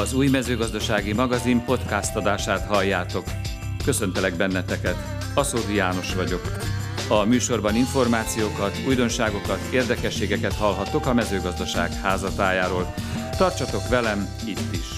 Az Új Mezőgazdasági Magazin podcast adását halljátok. Köszöntelek benneteket, Aszódi János vagyok. A műsorban információkat, újdonságokat, érdekességeket hallhattok a mezőgazdaság házatájáról. Tartsatok velem itt is!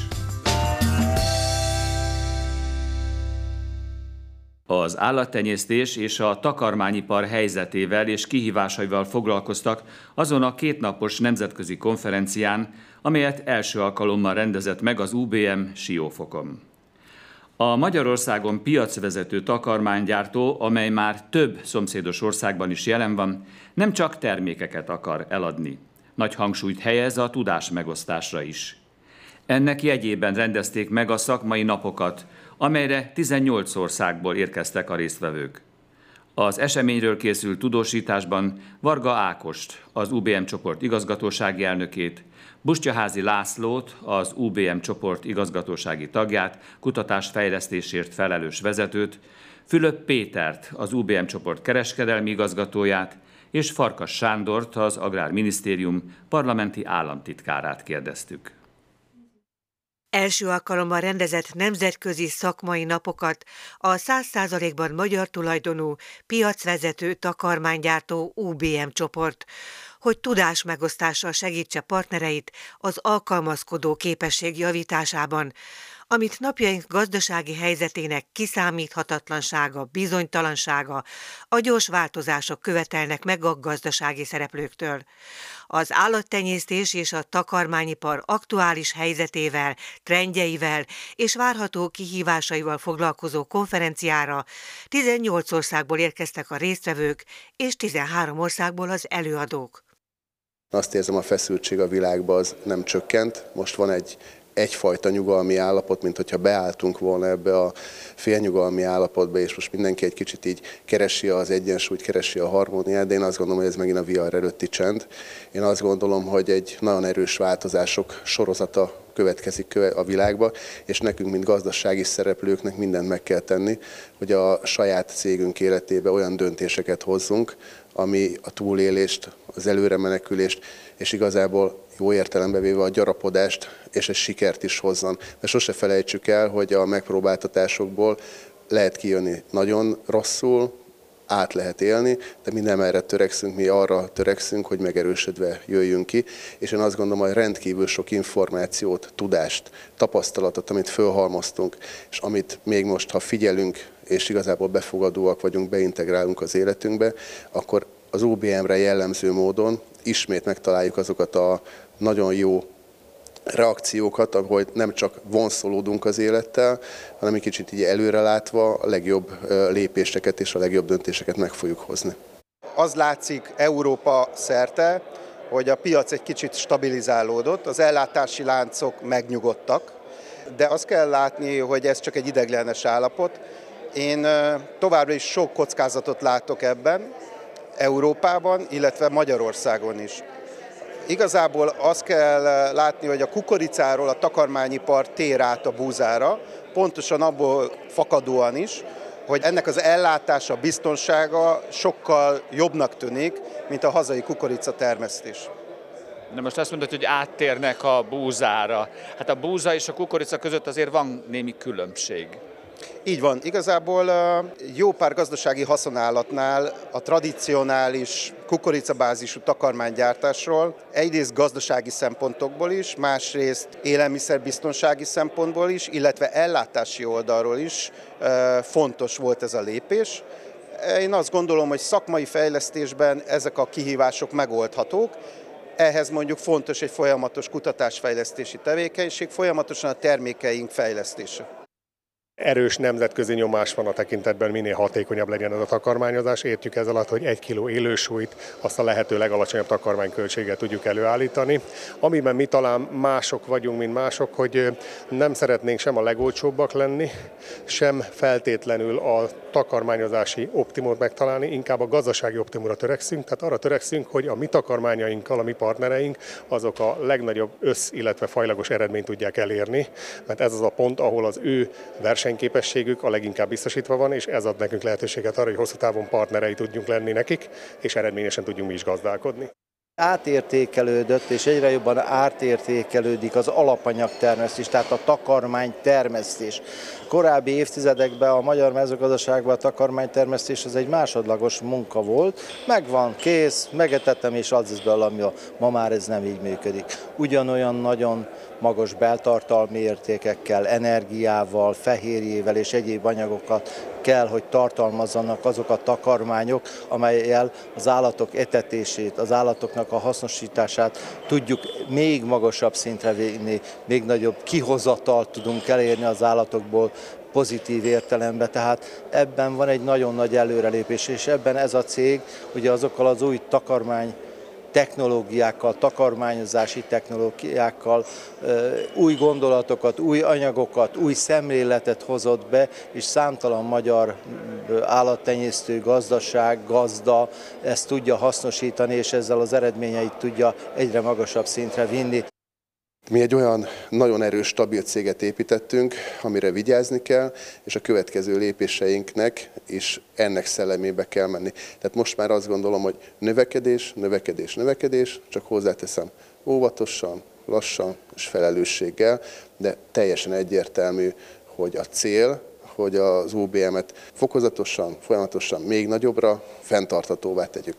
Az állattenyésztés és a takarmányipar helyzetével és kihívásaival foglalkoztak azon a kétnapos nemzetközi konferencián, amelyet első alkalommal rendezett meg az UBM Siófokon. A Magyarországon piacvezető takarmánygyártó, amely már több szomszédos országban is jelen van, nem csak termékeket akar eladni. Nagy hangsúlyt helyez a tudásmegosztásra is. Ennek jegyében rendezték meg a szakmai napokat, amelyre 18 országból érkeztek a résztvevők. Az eseményről készült tudósításban Varga Ákost, az UBM csoport igazgatósági elnökét, Bustyaházi Lászlót, az UBM csoport igazgatósági tagját, kutatásfejlesztésért felelős vezetőt, Fülöp Pétert, az UBM csoport kereskedelmi igazgatóját, és Farkas Sándort, az Agrárminisztérium parlamenti államtitkárát kérdeztük. Első alkalommal rendezett nemzetközi szakmai napokat a 100%-ban magyar tulajdonú, piacvezető takarmánygyártó UBM csoport, hogy tudásmegosztással segítse partnereit az alkalmazkodó képesség javításában, amit napjaink gazdasági helyzetének kiszámíthatatlansága, bizonytalansága, a gyors változások követelnek meg a gazdasági szereplőktől. Az állattenyésztés és a takarmányipar aktuális helyzetével, trendjeivel és várható kihívásaival foglalkozó konferenciára 18 országból érkeztek a résztvevők és 13 országból az előadók. Azt érzem, a feszültség a világban az nem csökkent. Most van egyfajta nyugalmi állapot, mint hogyha beálltunk volna ebbe a félnyugalmi állapotba, és most mindenki egy kicsit így keresi az egyensúlyt, keresi a harmóniát, de én azt gondolom, hogy ez megint a vihar előtti csend. Én azt gondolom, hogy egy nagyon erős változások sorozata következik a világba, és nekünk, mint gazdasági szereplőknek mindent meg kell tenni, hogy a saját cégünk életébe olyan döntéseket hozzunk, ami a túlélést, az előremenekülést, és igazából jó értelembe véve a gyarapodást és egy sikert is hozzon. De sose felejtsük el, hogy a megpróbáltatásokból lehet kijönni nagyon rosszul, át lehet élni, de mi nem erre törekszünk, mi arra törekszünk, hogy megerősödve jöjjünk ki, és én azt gondolom, hogy rendkívül sok információt, tudást, tapasztalatot, amit fölhalmoztunk, és amit még most, ha figyelünk, és igazából befogadóak vagyunk, beintegrálunk az életünkbe, akkor az UBM-re jellemző módon ismét megtaláljuk azokat a nagyon jó reakciókat, ahogy nem csak vonszolódunk az élettel, hanem egy kicsit így előrelátva a legjobb lépéseket és a legjobb döntéseket meg fogjuk hozni. Az látszik Európa szerte, hogy a piac egy kicsit stabilizálódott, az ellátási láncok megnyugodtak, de azt kell látni, hogy ez csak egy ideiglenes állapot. Én továbbra is sok kockázatot látok ebben, Európában, illetve Magyarországon is. Igazából azt kell látni, hogy a kukoricáról a takarmányipar tér át a búzára, pontosan abból fakadóan is, hogy ennek az ellátása, biztonsága sokkal jobbnak tűnik, mint a hazai kukoricatermesztés. De most azt mondod, hogy áttérnek a búzára. Hát a búza és a kukorica között azért van némi különbség. Így van. Igazából jó pár gazdasági haszonállatnál a tradicionális kukoricabázisú takarmánygyártásról egyrészt gazdasági szempontokból is, másrészt élelmiszerbiztonsági szempontból is, illetve ellátási oldalról is fontos volt ez a lépés. Én azt gondolom, hogy szakmai fejlesztésben ezek a kihívások megoldhatók. Ehhez mondjuk fontos egy folyamatos kutatásfejlesztési tevékenység, folyamatosan a termékeink fejlesztése. Erős nemzetközi nyomás van a tekintetben, minél hatékonyabb legyen ez a takarmányozás. Értjük ez alatt, hogy 1 kiló élősúlyt azt a lehető legalacsonyabb takarmányköltséggel tudjuk előállítani. Amiben mi talán mások vagyunk, mint mások, hogy nem szeretnénk sem a legolcsóbbak lenni, sem feltétlenül a takarmányozási optimumot megtalálni, inkább a gazdasági optimumra törekszünk, tehát arra törekszünk, hogy a mi takarmányainkkal, a mi partnereink, azok a legnagyobb illetve fajlagos eredményt tudják elérni, mert ez az a pont, ahol az ő versenyképességük a leginkább biztosítva van, és ez ad nekünk lehetőséget arra, hogy hosszú távon partnerei tudjunk lenni nekik, és eredményesen tudjunk mi is gazdálkodni. Átértékelődött és egyre jobban átértékelődik az alapanyagtermesztés, tehát a takarmánytermesztés. Korábbi évtizedekben a magyar mezőgazdaságban a takarmánytermesztés az egy másodlagos munka volt. Megvan, kész, megetettem és az belőle, ami ma már ez nem így működik. Ugyanolyan nagyon magas beltartalmi értékekkel, energiával, fehérjével és egyéb anyagokat kell, hogy tartalmazzanak azok a takarmányok, amellyel az állatok etetését, az állatoknak a hasznosítását tudjuk még magasabb szintre vinni, még nagyobb kihozatalt tudunk elérni az állatokból pozitív értelemben, tehát ebben van egy nagyon nagy előrelépés, és ebben ez a cég ugye azokkal az új takarmány technológiákkal, takarmányozási technológiákkal új gondolatokat, új anyagokat, új szemléletet hozott be, és számtalan magyar állattenyésztő gazda ezt tudja hasznosítani, és ezzel az eredményeit tudja egyre magasabb szintre vinni. Mi egy olyan nagyon erős, stabil céget építettünk, amire vigyázni kell, és a következő lépéseinknek is ennek szellemébe kell menni. Tehát most már azt gondolom, hogy növekedés, növekedés, növekedés, csak hozzáteszem óvatosan, lassan és felelősséggel, de teljesen egyértelmű, hogy a cél, hogy az UBM-et fokozatosan, folyamatosan még nagyobbra, fenntarthatóvá tegyük.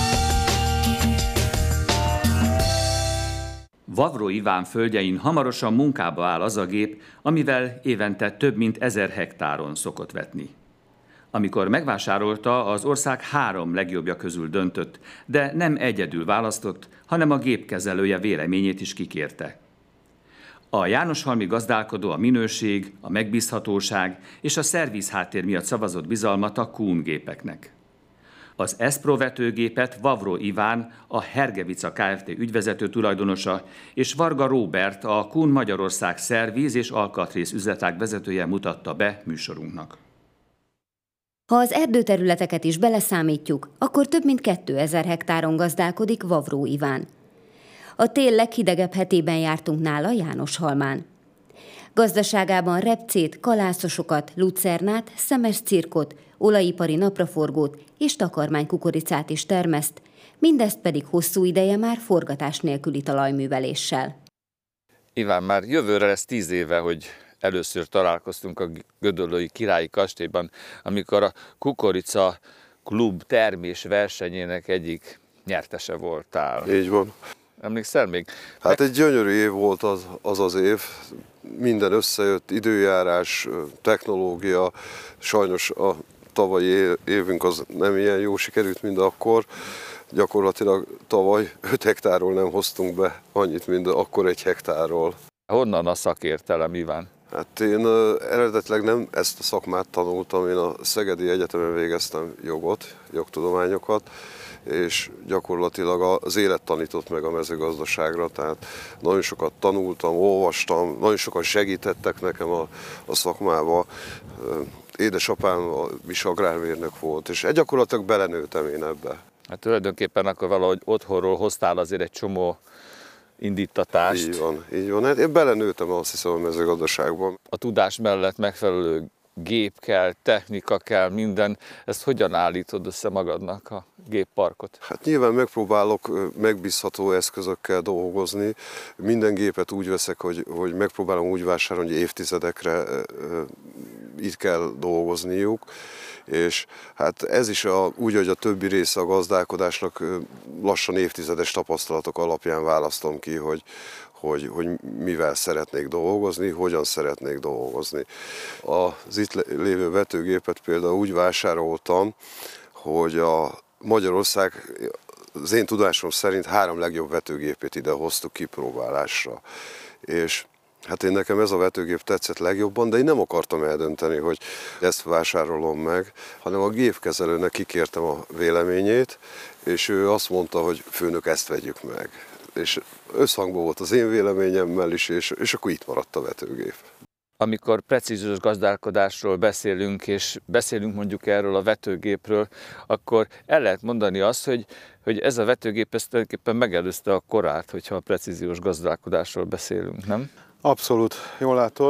Vavró Iván földjein hamarosan munkába áll az a gép, amivel évente több mint 1000 hektáron szokott vetni. Amikor megvásárolta, az ország 3 legjobbja közül döntött, de nem egyedül választott, hanem a gépkezelője véleményét is kikérte. A jánoshalmi gazdálkodó a minőség, a megbízhatóság és a szervizháttér miatt szavazott bizalmat a Kuhn gépeknek. Az S-Pro vetőgépet Vavró Iván, a Hergevica Kft. Ügyvezető tulajdonosa, és Varga Róbert, a Kuhn Magyarország szerviz és alkatrész üzletág vezetője mutatta be műsorunknak. Ha az erdőterületeket is beleszámítjuk, akkor több mint 2000 hektáron gazdálkodik Vavró Iván. A tél leghidegebb hetében jártunk nála Jánoshalmán. Gazdaságában repcét, kalászosokat, lucernát, szemes cirkot, olajipari napraforgót és takarmánykukoricát is termeszt, mindezt pedig hosszú ideje már forgatás nélküli talajműveléssel. Iván, már jövőre lesz 10 éve, hogy először találkoztunk a Gödöllői Királyi Kastélyban, amikor a Kukorica Klub termés versenyének egyik nyertese voltál. Így van. Emlékszel még? Hát egy gyönyörű év volt az év. Minden összejött, időjárás, technológia. Sajnos a tavalyi évünk az nem ilyen jó sikerült, mint akkor. Gyakorlatilag tavaly 5 hektárról nem hoztunk be annyit, mint akkor 1 hektárról. Honnan a szakértelem, Iván? Hát én eredetileg nem ezt a szakmát tanultam, én a Szegedi Egyetemen végeztem jogot, jogtudományokat, és gyakorlatilag az élet tanított meg a mezőgazdaságra, tehát nagyon sokat tanultam, olvastam, nagyon sokan segítettek nekem a szakmába. Édesapám is agrármérnök volt, és gyakorlatilag belenőttem én ebbe. Hát tulajdonképpen akkor valahogy otthonról hoztál azért egy csomó indítatást. Így van. Hát én belenőttem, azt hiszem, a mezőgazdaságban. A tudás mellett megfelelő gép kell, technika kell, minden. Ezt hogyan állítod össze magadnak a gépparkot? Hát nyilván megpróbálok megbízható eszközökkel dolgozni. Minden gépet úgy veszek, hogy megpróbálom úgy vásárolni, hogy évtizedekre itt kell dolgozniuk. És hát ez is úgy, hogy a többi része a gazdálkodásnak lassan évtizedes tapasztalatok alapján választom ki, hogy mivel szeretnék dolgozni, hogyan szeretnék dolgozni. Az itt lévő vetőgépet például úgy vásároltam, hogy a Magyarország az én tudásom szerint 3 legjobb vetőgépét ide hoztuk kipróbálásra. És hát nekem ez a vetőgép tetszett legjobban, de én nem akartam eldönteni, hogy ezt vásárolom meg, hanem a gépkezelőnek kikértem a véleményét, és ő azt mondta, hogy főnök, ezt vegyük meg. És összhangban volt az én véleményemmel is, és akkor itt maradt a vetőgép. Amikor precíziós gazdálkodásról beszélünk, és beszélünk mondjuk erről a vetőgépről, akkor el lehet mondani azt, hogy ez a vetőgép ezt tulajdonképpen megelőzte a korát, hogyha a precíziós gazdálkodásról beszélünk, nem? Abszolút, jól látod.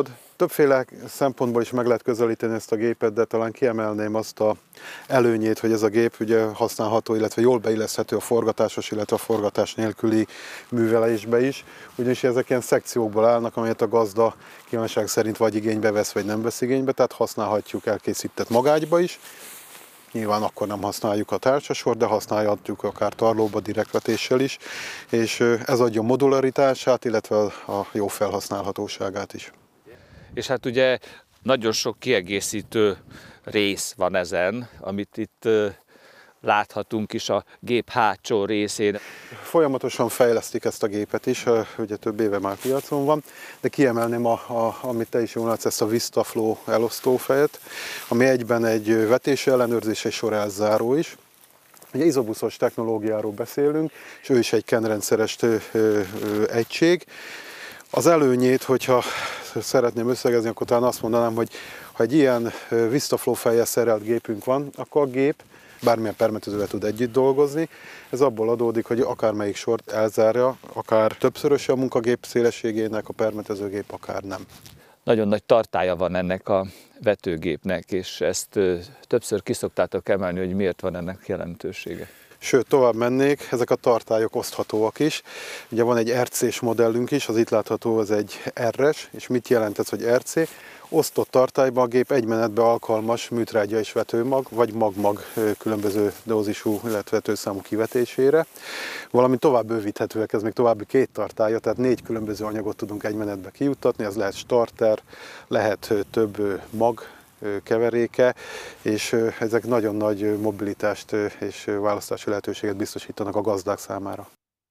Többféle szempontból is meg lehet közelíteni ezt a gépet, de talán kiemelném azt a előnyét, hogy ez a gép ugye használható, illetve jól beilleszthető a forgatásos, illetve a forgatás nélküli művelésbe is. Ugyanis ezek ilyen szekciókból állnak, amelyet a gazda kívánság szerint vagy igénybe vesz, vagy nem vesz igénybe, tehát használhatjuk elkészített magágyba is. Nyilván akkor nem használjuk a tárcsasort, de használhatjuk akár tarlóba, direktvetéssel is, és ez adja modularitását, illetve a jó felhasználhatóságát is. És hát ugye nagyon sok kiegészítő rész van ezen, amit itt láthatunk is a gép hátsó részén. Folyamatosan fejlesztik ezt a gépet is, ugye több éve már piacon van, de kiemelném, amit te is jól látsz, ezt a VistaFlow elosztófejet, ami egyben egy vetési ellenőrzés és sorelzáró is. Ugye izobuszos technológiáról beszélünk, és ő is egy kenrendszeres egység. Az előnyét, hogyha szeretném összegezni, akkor talán azt mondanám, hogy ha egy ilyen VistaFlow fejjel szerelt gépünk van, akkor a gép bármilyen permetezővel tud együtt dolgozni. Ez abból adódik, hogy akármelyik sort elzárja, akár többszöröse a munkagép szélességének, a permetezőgép akár nem. Nagyon nagy tartálya van ennek a vetőgépnek, és ezt többször ki szoktátok emelni, hogy miért van ennek jelentősége. Sőt, tovább mennék, ezek a tartályok oszthatóak is. Ugye van egy RC-s modellünk is, az itt látható, az egy R-es, és mit jelent ez, hogy RC? Osztott tartályban a gép egy menetben alkalmas műtrágya és vetőmag, vagy mag-mag különböző dózisú, illetve vetőszámú kivetésére. Valamint tovább bővíthetőek, ez még további 2 tartálya, tehát 4 különböző anyagot tudunk egy menetbe kijuttatni, ez lehet starter, lehet több mag keveréke, és ezek nagyon nagy mobilitást és választási lehetőséget biztosítanak a gazdák számára.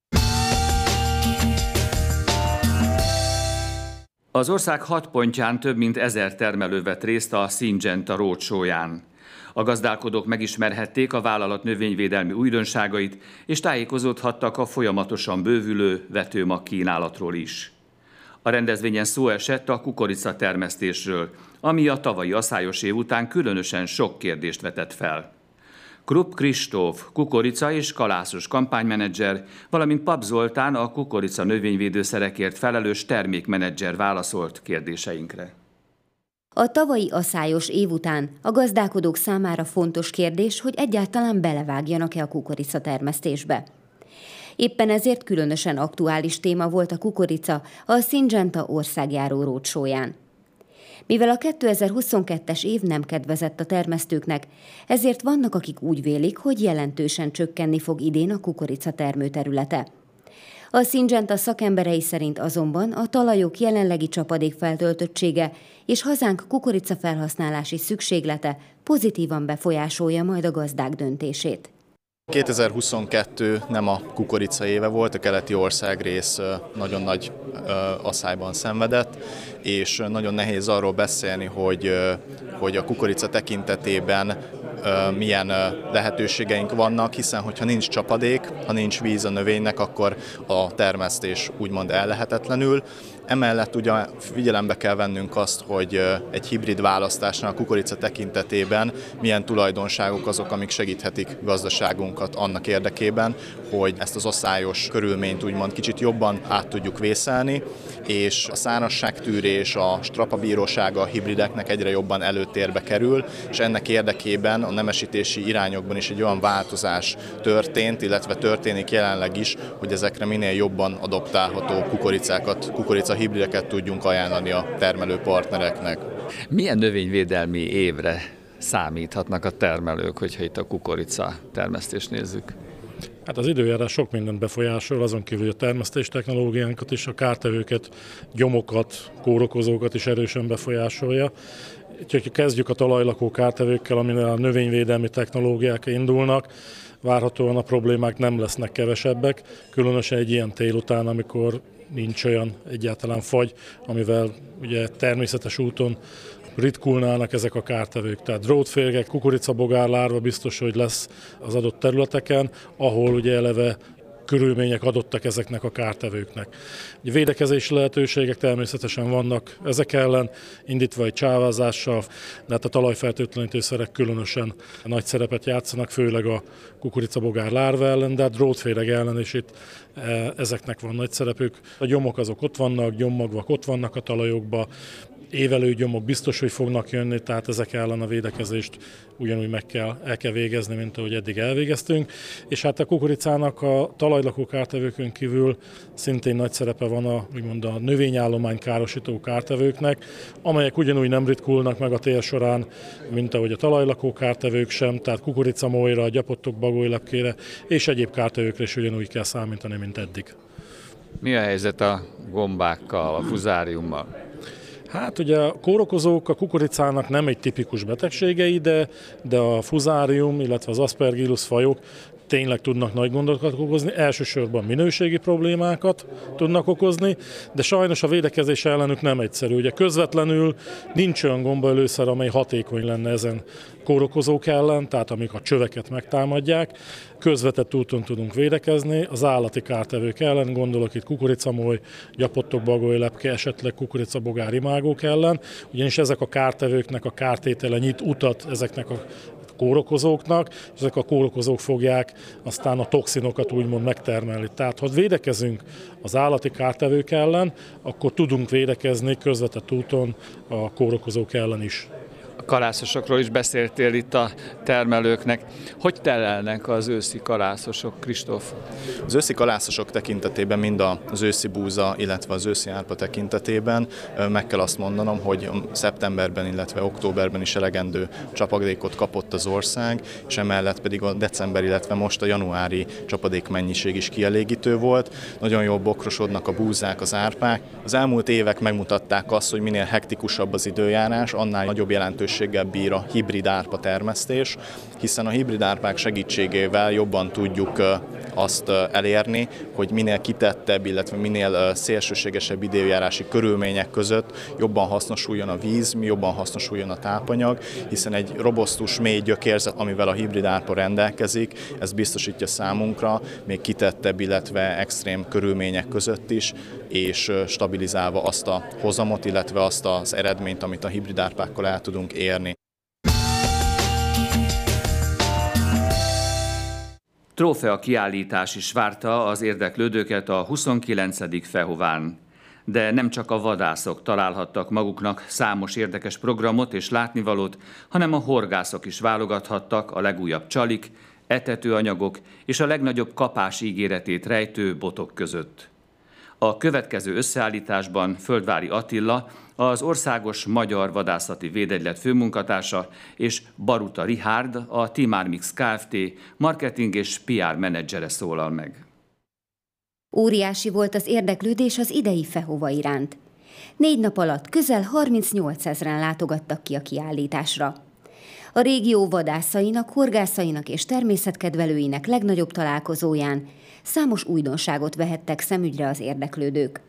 Az ország 6 pontján több mint 1000 termelő vett részt a Syngenta roadshow-ján. A gazdálkodók megismerhették a vállalat növényvédelmi újdonságait, és tájékozódhattak a folyamatosan bővülő vetőmag kínálatról is. A rendezvényen szó esett a kukorica termesztésről, ami a tavalyi aszályos év után különösen sok kérdést vetett fel. Krupp Kristóf, kukorica és kalászos kampánymenedzser, valamint Pap Zoltán, a kukorica növényvédőszerekért felelős termékmenedzser válaszolt kérdéseinkre. A tavalyi aszályos év után a gazdálkodók számára fontos kérdés, hogy egyáltalán belevágjanak-e a kukorica termesztésbe. Éppen ezért különösen aktuális téma volt a kukorica a Syngenta országjáró roadshow-ján. Mivel a 2022-es év nem kedvezett a termesztőknek, ezért vannak, akik úgy vélik, hogy jelentősen csökkenni fog idén a kukorica termőterülete. A Syngenta szakemberei szerint azonban a talajok jelenlegi csapadékfeltöltöttsége és hazánk kukorica felhasználási szükséglete pozitívan befolyásolja majd a gazdák döntését. 2022 nem a kukorica éve volt, a keleti országrész nagyon nagy aszályban szenvedett, és nagyon nehéz arról beszélni, hogy a kukorica tekintetében milyen lehetőségeink vannak, hiszen hogyha nincs csapadék, ha nincs víz a növénynek, akkor a termesztés úgymond ellehetetlenül. Emellett ugye figyelembe kell vennünk azt, hogy egy hibrid választásnál a kukorica tekintetében milyen tulajdonságok azok, amik segíthetik gazdaságunkat annak érdekében, hogy ezt az aszályos körülményt úgymond kicsit jobban át tudjuk vészelni, és a szárazságtűrés, a strapabírósága a hibrideknek egyre jobban előtérbe kerül, és ennek érdekében a nemesítési irányokban is egy olyan változás történt, illetve történik jelenleg is, hogy ezekre minél jobban adoptálható kukorica hibrideket tudjunk ajánlani a termelő partnereknek. Milyen növényvédelmi évre számíthatnak a termelők, hogyha itt a kukorica termesztést nézzük? Hát az időjárás sok mindent befolyásol, azon kívül a termesztés technológiánkat is, a kártevőket, gyomokat, kórokozókat is erősen befolyásolja. Úgyhogy kezdjük a talajlakó kártevőkkel, aminél a növényvédelmi technológiák indulnak. Várhatóan a problémák nem lesznek kevesebbek, különösen egy ilyen tél után, amikor nincs olyan egyáltalán fagy, amivel ugye természetes úton ritkulnának ezek a kártevők. Tehát drótférgek, kukoricabogár lárva biztos, hogy lesz az adott területeken, ahol ugye eleve körülmények adottak ezeknek a kártevőknek. Ugye védekezési lehetőségek természetesen vannak ezek ellen, indítva egy csávázással, de hát a talajfertőtlenítőszerek különösen nagy szerepet játszanak, főleg a kukoricabogár lárva ellen, de a drótféreg ellen is itt ezeknek van nagy szerepük. A gyomok azok ott vannak, gyommagvak ott vannak a talajokban, évelő gyomok biztos, hogy fognak jönni, tehát ezek ellen a védekezést ugyanúgy el kell végezni, mint ahogy eddig elvégeztünk. És hát a kukoricának a talajlakó kártevőkön kívül szintén nagy szerepe van a növényállomány károsító kártevőknek, amelyek ugyanúgy nem ritkulnak meg a tél során, mint ahogy a talajlakó kártevők sem, tehát kukoricamojra, gyapottok, bagolylepkére és egyéb kártevőkre is ugyanúgy kell számítani, mint eddig. Mi a helyzet a gombákkal, a fuzáriummal? Hát ugye a kórokozók a kukoricának nem egy tipikus betegségei, de a fuzárium, illetve az aspergillus fajok tényleg tudnak nagy gondokat okozni, elsősorban minőségi problémákat tudnak okozni, de sajnos a védekezés ellenük nem egyszerű. Ugye közvetlenül nincs olyan gombaölőszer, amely hatékony lenne ezen kórokozók ellen, tehát amik a csöveket megtámadják. Közvetett úton tudunk védekezni, az állati kártevők ellen, gondolok itt kukoricamoly, gyapottok, bagolylepke, esetleg kukoricabogár imágók ellen, ugyanis ezek a kártevőknek a kártétele nyit utat ezeknek a kórokozóknak, és ezek a kórokozók fogják aztán a toxinokat úgymond megtermelni. Tehát, ha védekezünk az állati kártevők ellen, akkor tudunk védekezni közvetett úton a kórokozók ellen is. A kalászosokról is beszéltél itt a termelőknek. Hogy telelnek az őszi kalászosok, Kristóf? Az őszi kalászosok tekintetében, mind az őszi búza, illetve az őszi árpa tekintetében meg kell azt mondanom, hogy szeptemberben, illetve októberben is elegendő csapadékot kapott az ország, és emellett pedig a december, illetve most a januári csapadékmennyiség is kielégítő volt. Nagyon jól bokrosodnak a búzák, az árpák. Az elmúlt évek megmutatták azt, hogy minél hektikusabb az időjárás, annál nagyobb jelentőséggel bír a hibrid árpa termesztés, hiszen a hibrid árpák segítségével jobban tudjuk azt elérni, hogy minél kitettebb, illetve minél szélsőségesebb időjárási körülmények között jobban hasznosuljon a víz, jobban hasznosuljon a tápanyag, hiszen egy robosztus, mély gyökérzet, amivel a hibrid árpa rendelkezik, ez biztosítja számunkra még kitettebb, illetve extrém körülmények között is, és stabilizálva azt a hozamot, illetve azt az eredményt, amit a hibrid árpákkal el tudunk érni. Trófea kiállítás is várta az érdeklődőket a 29. Fehován. De nem csak a vadászok találhattak maguknak számos érdekes programot és látnivalót, hanem a horgászok is válogathattak a legújabb csalik, etetőanyagok és a legnagyobb kapás ígéretét rejtő botok között. A következő összeállításban Földvári Attila, az Országos Magyar Vadászati Védegylet főmunkatársa, és Baruta Richárd, a Timarmix Kft. Marketing és PR menedzsere szólal meg. Óriási volt az érdeklődés az idei Fehova iránt. 4 nap alatt közel 38 000-en látogattak ki a kiállításra. A régió vadászainak, horgászainak és természetkedvelőinek legnagyobb találkozóján számos újdonságot vehettek szemügyre az érdeklődők.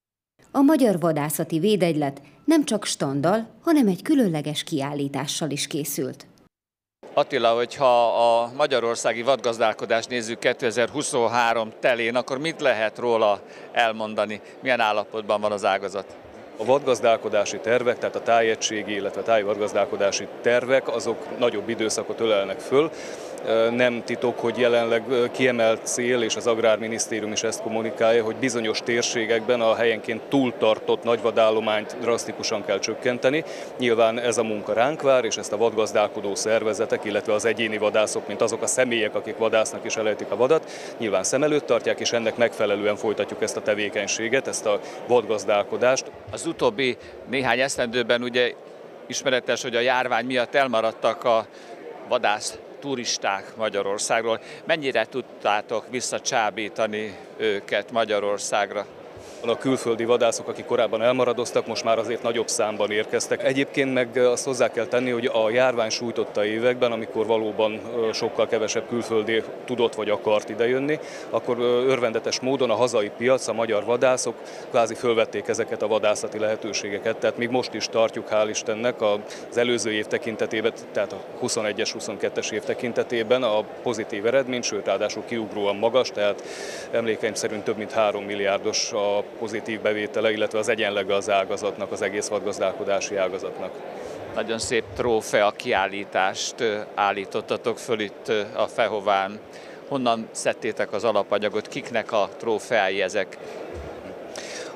A Magyar Vadászati Védegylet nem csak standdal, hanem egy különleges kiállítással is készült. Attila, hogyha a magyarországi vadgazdálkodást nézzük 2023 telén, akkor mit lehet róla elmondani? Milyen állapotban van az ágazat? A vadgazdálkodási tervek, tehát a tájegységi, illetve tájvadgazdálkodási tervek, azok nagyobb időszakot ölelnek föl. Nem titok, hogy jelenleg kiemelt cél, és az Agrárminisztérium is ezt kommunikálja, hogy bizonyos térségekben a helyenként túltartott nagyvadállományt drasztikusan kell csökkenteni. Nyilván ez a munka ránk vár, és ezt a vadgazdálkodó szervezetek, illetve az egyéni vadászok, mint azok a személyek, akik vadásznak és elejtik a vadat, nyilván szem előtt tartják, és ennek megfelelően folytatjuk ezt a tevékenységet, ezt a vadgazdálkodást. Az utóbbi néhány esztendőben ugye ismeretes, hogy a járvány miatt elmaradtak a vadász turisták Magyarországról. Mennyire tudtátok visszacsábítani őket Magyarországra? A külföldi vadászok, akik korábban elmaradoztak, most már azért nagyobb számban érkeztek. Egyébként meg azt hozzá kell tenni, hogy a járvány sújtotta években, amikor valóban sokkal kevesebb külföldi tudott vagy akart idejönni, akkor örvendetes módon a hazai piac, a magyar vadászok kvázi fölvették ezeket a vadászati lehetőségeket. Tehát még most is tartjuk, hál' Istennek, az előző év tekintetében, tehát a 21-es, 22-es év tekintetében a pozitív eredmény, sőt ráadásul kiugróan magas, tehát emlékeim szerint több mint 3 milliárdos a pozitív bevétele, illetve az egyenlege az ágazatnak, az egész vadgazdálkodási ágazatnak. Nagyon szép trófea kiállítást állítottatok föl itt a Fehován. Honnan szedtétek az alapanyagot? Kiknek a trófeái ezek?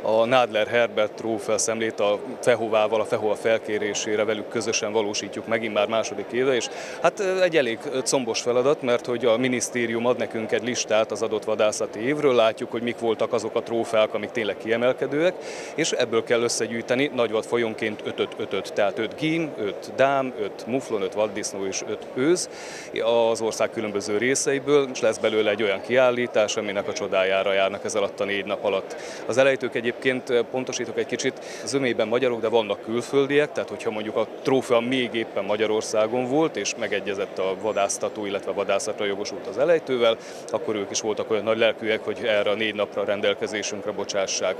a Nadler Herbert trófeaszemlét a FEHOVA-val, a FEHOVA felkérésére velük közösen valósítjuk megint már második éve, és hát egy elég combos feladat, mert hogy a minisztérium ad nekünk egy listát az adott vadászati évről, látjuk, hogy mik voltak azok a trófeák, amik tényleg kiemelkedőek, és ebből kell összegyűjteni nagyvad folyonként 5-5, tehát 5 gím, 5 dám, 5 muflon, 5 vaddisznó és 5 őz az ország különböző részeiből, és lesz belőle egy olyan kiállítás, aminek a csodájára járnak ez alatt a 4 nap alatt. Az elejtők egyébként, pontosítok egy kicsit, zömében magyarok, de vannak külföldiek, tehát hogyha mondjuk a trófea még éppen Magyarországon volt, és megegyezett a vadásztató, illetve vadászatra jogosult az elejtővel, akkor ők is voltak olyan nagy lelkűek, hogy erre a 4 napra rendelkezésünkre bocsássák.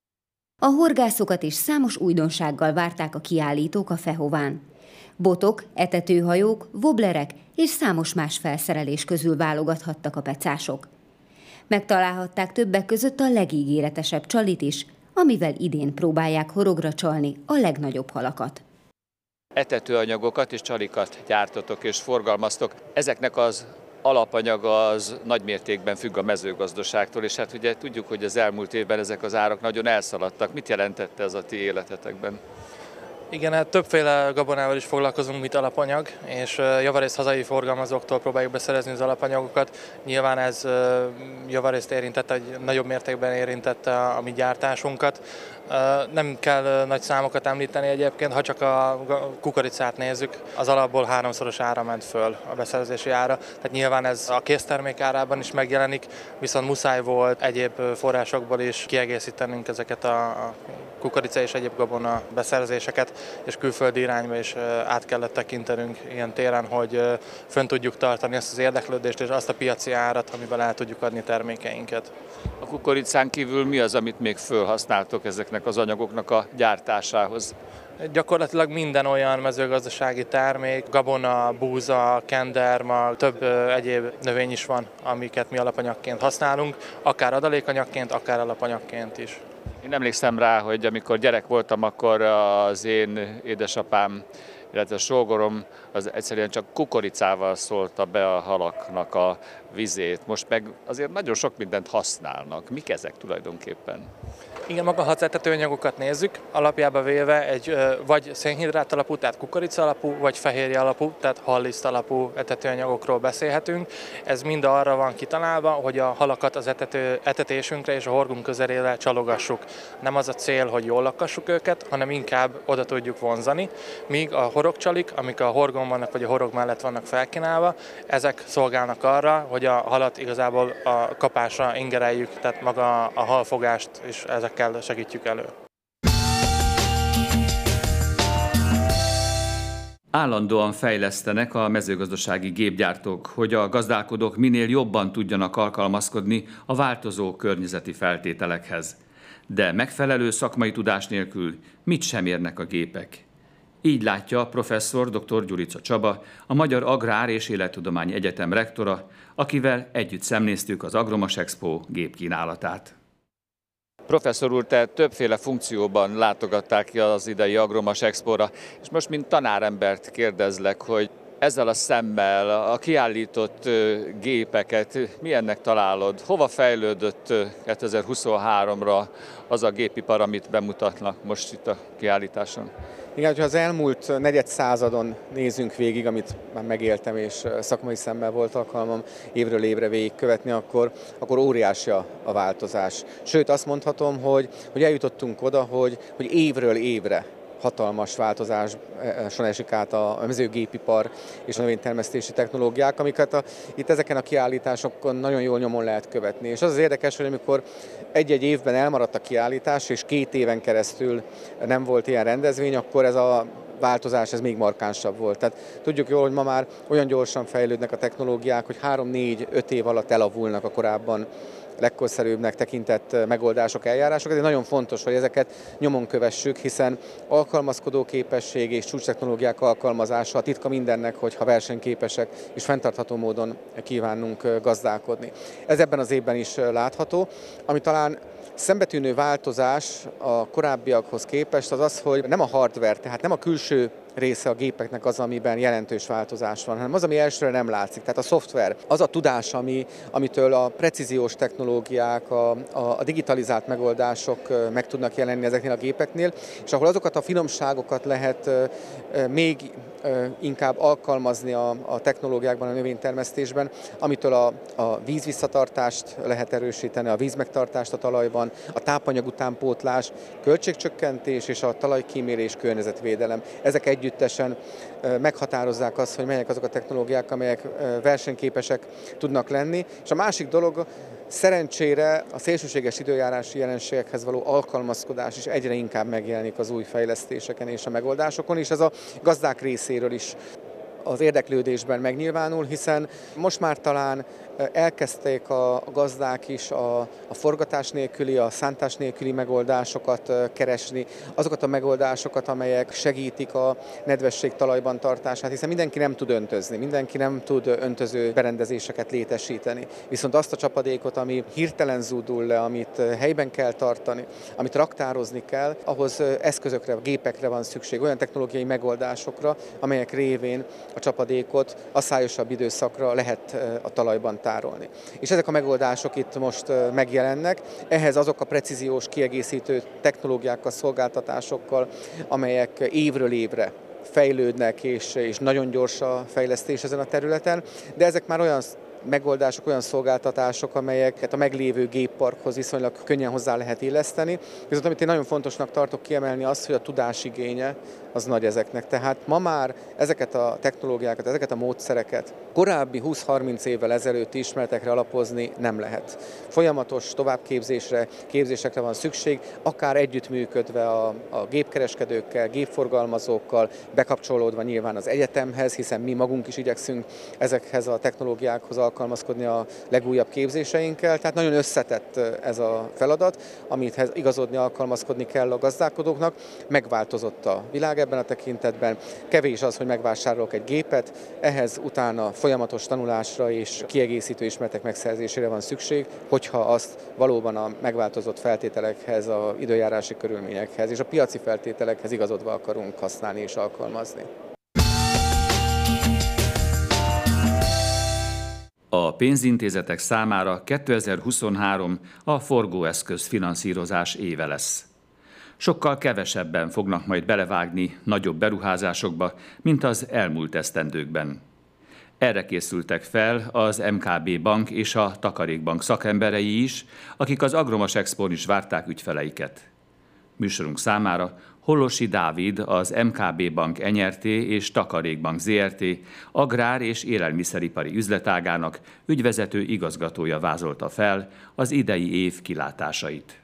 A horgászokat is számos újdonsággal várták a kiállítók a FEHOVÁN. Botok, etetőhajók, wobblerek és számos más felszerelés közül válogathattak a pecások. Megtalálhatták többek között a legígéretesebb csalit is, amivel idén próbálják horogra csalni a legnagyobb halakat. Etetőanyagokat és csalikat gyártotok és forgalmaztok. Ezeknek az alapanyaga az nagy mértékben függ a mezőgazdaságtól, és hát ugye tudjuk, hogy az elmúlt évben ezek az árak nagyon elszaladtak. Mit jelentette ez a ti életetekben? Igen, hát többféle gabonával is foglalkozunk, mint alapanyag, és javarészt hazai forgalmazóktól próbáljuk beszerezni az alapanyagokat. Nyilván ez javarészt érintette, nagyobb mértékben érintette a mi gyártásunkat. Nem kell nagy számokat említeni egyébként, ha csak a kukoricát nézzük, az alapból 3-szoros ára ment föl a beszerzési ára. Tehát nyilván ez a késztermék árában is megjelenik, viszont muszáj volt egyéb forrásokból is kiegészítenünk ezeket a kukorica és egyéb gabona beszerzéseket, és külföldi irányba is át kellett tekintenünk ilyen téren, hogy fönn tudjuk tartani ezt az érdeklődést és azt a piaci árat, amivel el tudjuk adni termékeinket. A kukoricán kívül mi az, amit még felhasználtok ezeknek az anyagoknak a gyártásához? Gyakorlatilag minden olyan mezőgazdasági termék, gabona, búza, kenderma, több egyéb növény is van, amiket mi alapanyagként használunk, akár adalékanyagként, akár alapanyagként is. Én emlékszem rá, hogy amikor gyerek voltam, akkor az én édesapám, illetve a sógorom az egyszerűen csak kukoricával szólta be a halaknak a vizét. Most meg azért nagyon sok mindent használnak. Mik ezek tulajdonképpen? Igen, maga ha az etetőanyagokat nézzük, alapjába véve egy vagy szénhidrát alapú, tehát kukorica alapú, vagy fehérje alapú, tehát halliszt alapú etetőanyagokról beszélhetünk. Ez mind arra van kitalálva, hogy a halakat az etetésünkre és a horgunk közelére csalogassuk. Nem az a cél, hogy jól lakassuk őket, hanem inkább oda tudjuk vonzani, míg a horogcsalik, amik a horgon vannak, vagy a horog mellett vannak felkínálva, ezek szolgálnak arra, hogy a halat igazából a kapásra ingereljük, tehát maga a halfogást is ezekkel segítjük elő. Állandóan fejlesztenek a mezőgazdasági gépgyártók, hogy a gazdálkodók minél jobban tudjanak alkalmazkodni a változó környezeti feltételekhez. De megfelelő szakmai tudás nélkül mit sem érnek a gépek. Így látja professzor dr. Gyurica Csaba, a Magyar Agrár és Élettudományi Egyetem rektora, akivel együtt szemléztük az Agromas Expo gépkínálatát. Professzor úr, te többféle funkcióban látogatták ki az idei Agromas Expóra, és most mint tanárembert kérdezlek, hogy ezzel a szemmel a kiállított gépeket milyennek találod? Hova fejlődött 2023-ra az a gépipar, amit bemutatnak most itt a kiállításon? Igen, ha az elmúlt negyed századon nézzünk végig, amit már megéltem és szakmai szemmel volt alkalmam évről évre végigkövetni, akkor óriási a változás. Sőt, azt mondhatom, hogy eljutottunk oda, hogy évről évre hatalmas változáson esik át a mezőgépipar és a növénytermesztési technológiák, amiket itt ezeken a kiállításokon nagyon jól nyomon lehet követni. És az az érdekes, hogy amikor egy-egy évben elmaradt a kiállítás, és 2 éven keresztül nem volt ilyen rendezvény, akkor ez a változás ez még markánsabb volt. Tehát tudjuk jól, hogy ma már olyan gyorsan fejlődnek a technológiák, hogy 3-4-5 év alatt elavulnak a korábban legkorszerűbbnek tekintett megoldások, eljárások. Ezért nagyon fontos, hogy ezeket nyomon kövessük, hiszen alkalmazkodó képesség és csúcstechnológiák alkalmazása a titka mindennek, hogyha versenyképesek és fenntartható módon kívánunk gazdálkodni. Ez ebben az évben is látható, ami talán szembetűnő változás a korábbiakhoz képest az az, hogy nem a hardware, tehát nem a külső része a gépeknek az, amiben jelentős változás van, hanem az, ami elsőre nem látszik. Tehát a szoftver, az a tudás, amitől a precíziós technológiák, a digitalizált megoldások meg tudnak jelenni ezeknél a gépeknél, és ahol azokat a finomságokat lehet még inkább alkalmazni a technológiákban, a növénytermesztésben, amitől a vízvisszatartást lehet erősíteni, a vízmegtartást a talajban, a tápanyag utánpótlás, költségcsökkentés és a talajkímélés, környezetvédelem. Ezek együttesen meghatározzák azt, hogy melyek azok a technológiák, amelyek versenyképesek tudnak lenni. És a másik dolog, szerencsére a szélsőséges időjárási jelenségekhez való alkalmazkodás is egyre inkább megjelenik az új fejlesztéseken és a megoldásokon, és ez a gazdák részéről is az érdeklődésben megnyilvánul, hiszen most már talán elkezdték a gazdák is a forgatás nélküli, a szántás nélküli megoldásokat keresni, azokat a megoldásokat, amelyek segítik a nedvesség talajban tartását, hiszen mindenki nem tud öntözni, mindenki nem tud öntöző berendezéseket létesíteni. Viszont azt a csapadékot, ami hirtelen zúdul le, amit helyben kell tartani, amit raktározni kell, ahhoz eszközökre, gépekre van szükség, olyan technológiai megoldásokra, amelyek révén a csapadékot asszályosabb időszakra lehet a talajban tárolni. És ezek a megoldások itt most megjelennek, ehhez azok a precíziós kiegészítő technológiákkal, szolgáltatásokkal, amelyek évről évre fejlődnek, és nagyon gyors a fejlesztés ezen a területen, de ezek már olyan megoldások, olyan szolgáltatások, amelyeket a meglévő gépparkhoz viszonylag könnyen hozzá lehet illeszteni. Viszont amit én nagyon fontosnak tartok kiemelni az, hogy a tudásigénye az nagy ezeknek. Tehát ma már ezeket a technológiákat, ezeket a módszereket korábbi 20-30 évvel ezelőtti ismeretekre alapozni nem lehet. Folyamatos képzésekre van szükség, akár együttműködve a gépkereskedőkkel, gépforgalmazókkal, bekapcsolódva nyilván az egyetemhez, hiszen mi magunk is igyekszünk ezekhez a technológiákhoz alkalmazkodni a legújabb képzéseinkkel. Tehát nagyon összetett ez a feladat, amithez igazodni, alkalmazkodni kell a gazdálkodóknak. Megváltozott a világ ebben a tekintetben. Kevés az, hogy megvásárolok egy gépet, ehhez utána folyamatos tanulásra és kiegészítő ismeretek megszerzésére van szükség, hogyha azt valóban a megváltozott feltételekhez, az időjárási körülményekhez és a piaci feltételekhez igazodva akarunk használni és alkalmazni. A pénzintézetek számára 2023 a forgóeszköz finanszírozás éve lesz. Sokkal kevesebben fognak majd belevágni nagyobb beruházásokba, mint az elmúlt esztendőkben. Erre készültek fel az MKB Bank és a Takarékbank szakemberei is, akik az Agromos Expón is várták ügyfeleiket. Műsorunk számára Hollosi Dávid, az MKB Bank NRT és Takarékbank Zrt. Agrár- és élelmiszeripari üzletágának ügyvezető igazgatója vázolta fel az idei év kilátásait.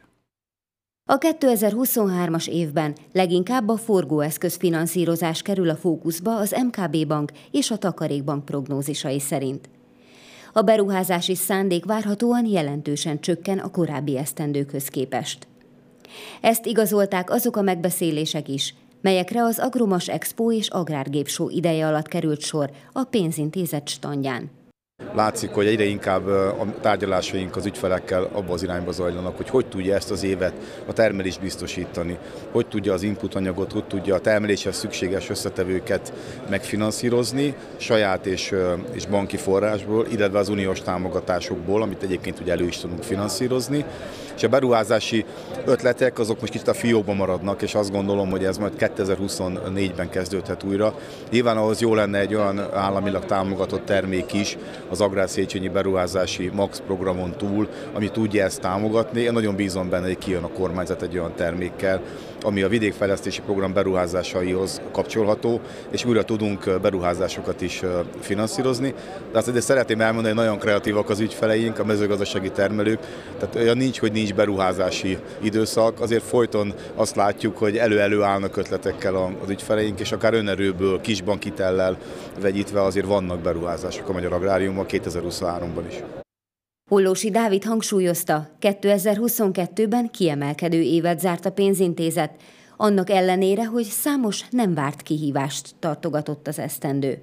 A 2023-as évben leginkább a forgóeszköz finanszírozás kerül a fókuszba az MKB Bank és a Takarékbank prognózisai szerint. A beruházási szándék várhatóan jelentősen csökken a korábbi esztendőkhöz képest. Ezt igazolták azok a megbeszélések is, melyekre az Agromos Expo és Agrárgépshow ideje alatt került sor a pénzintézet standján. Látszik, hogy egyre inkább a tárgyalásaink az ügyfelekkel abba az irányba zajlanak, hogy tudja ezt az évet a termelést biztosítani, hogy tudja az inputanyagot, hogy tudja a termeléshez szükséges összetevőket megfinanszírozni saját és banki forrásból, illetve az uniós támogatásokból, amit egyébként ugye elő is tudunk finanszírozni. És a beruházási ötletek azok most kicsit a fiókban maradnak, és azt gondolom, hogy ez majd 2024-ben kezdődhet újra. Nyilván ahhoz jó lenne egy olyan államilag támogatott termék is, az Agrár-Széchenyi Beruházási Max programon túl, ami tudja ezt támogatni. Én nagyon bízom benne, hogy kijön a kormányzat egy olyan termékkel, ami a vidékfejlesztési program beruházásaihoz kapcsolható, és újra tudunk beruházásokat is finanszírozni. De azt szeretném elmondani, hogy nagyon kreatívak az ügyfeleink, a mezőgazdasági termelők, tehát olyan nincs, hogy nincs beruházási időszak, azért folyton azt látjuk, hogy elő állnak ötletekkel az ügyfeleink, és akár önerőből, kisbankhitellel vegyítve azért vannak beruházások a Magyar Agráriumban 2023-ban is. Hollósi Dávid hangsúlyozta, 2022-ben kiemelkedő évet zárt a pénzintézet, annak ellenére, hogy számos nem várt kihívást tartogatott az esztendő.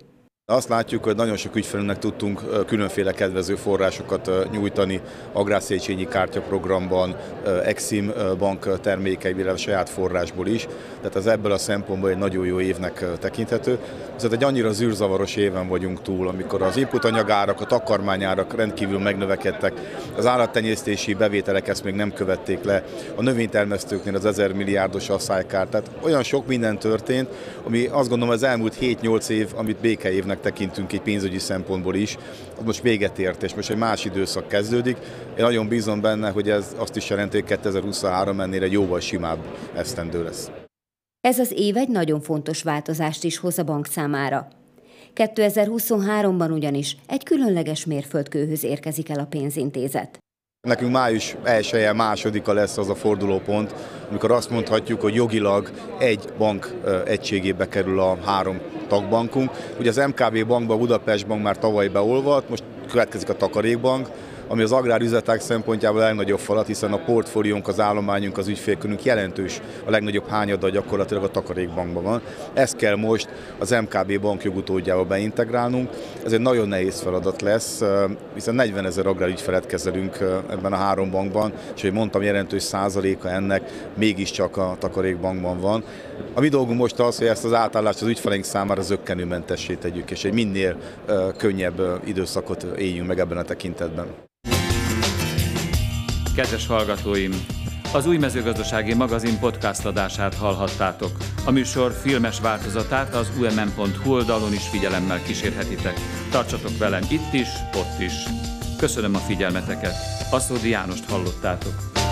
Azt látjuk, hogy nagyon sok ügyfelünknek tudtunk különféle kedvező forrásokat nyújtani Agrárszéchenyi kártyaprogramban, Exim bank termékeivel, a saját forrásból is. Tehát ez ebből a szempontból egy nagyon jó évnek tekinthető. Viszont egy annyira zűrzavaros éven vagyunk túl, amikor az inputanyagárak, a takarmányárak rendkívül megnövekedtek, az állattenyésztési bevételek ezt még nem követték le, a növénytermesztőknél az 1000 milliárdos asszálykár. Tehát olyan sok minden történt, ami azt gondolom az elmúlt 7-8 év, amit békeévnek tekintünk egy pénzügyi szempontból is, az most véget ért, és most egy más időszak kezdődik. Én nagyon bízom benne, hogy ez azt is jelenti, hogy 2023 ennél egy jóval simább esztendő lesz. Ez az év egy nagyon fontos változást is hoz a bank számára. 2023-ban ugyanis egy különleges mérföldkőhöz érkezik el a pénzintézet. Nekünk május 1-e, 2-a lesz az a fordulópont, amikor azt mondhatjuk, hogy jogilag egy bank egységébe kerül a 3 tagbankunk. Ugye az MKB bankba, a Budapest Bank már tavaly beolvadt, most következik a Takarékbank, ami az agrárüzletek szempontjából a legnagyobb falat, hiszen a portfóliónk, az állományunk, az ügyfélkörünk jelentős, a legnagyobb hányada gyakorlatilag a Takarékbankban van. Ezt kell most az MKB bank jogutódjába beintegrálnunk. Ez egy nagyon nehéz feladat lesz, hiszen 40 000 agrárügyfelet kezelünk ebben a 3 bankban, és ahogy mondtam, jelentős százaléka ennek mégiscsak a Takarékbankban van. A mi dolgunk most az, hogy ezt az átállást az ügyfeleink számára zökkenőmentessé tegyük, és egy minél könnyebb időszakot éljünk meg ebben a tekintetben. Kedves hallgatóim! Az Új Mezőgazdasági Magazin podcast adását hallhattátok. A műsor filmes változatát az umn.hu oldalon is figyelemmel kísérhetitek. Tartsatok velem itt is, ott is. Köszönöm a figyelmeteket. Aszódi Jánost hallottátok.